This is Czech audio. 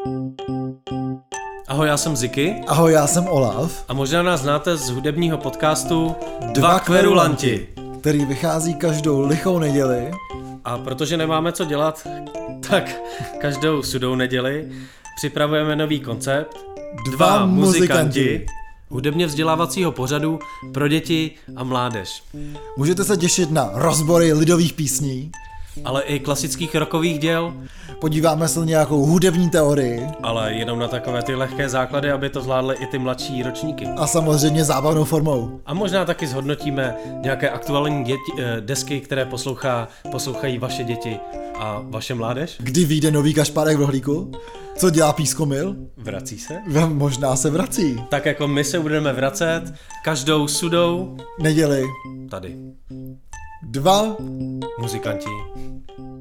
Ahoj, já jsem Ziky. Ahoj, já jsem Olaf. A možná nás znáte z hudebního podcastu Dva kverulanti, který vychází každou lichou neděli. A protože nemáme co dělat, tak každou sudou neděli připravujeme nový koncept Dva muzikanti. Hudebně vzdělávacího pořadu pro děti a mládež. Můžete se těšit na rozbory lidových písní, Ale i klasických rockových děl, podíváme se na nějakou hudební teorii ale jenom na takové ty lehké základy, aby to zvládly i ty mladší ročníky. a samozřejmě zábavnou formou. A možná taky zhodnotíme nějaké aktuální desky, které poslouchají vaše děti a vaše mládež. Kdy vyjde nový Kašpárek v rohlíku? Co dělá Pískomil? Vrací se? Možná se vrací. Tak jako my se budeme vracet každou sudou Neděli. tady. Dva Muzikanti.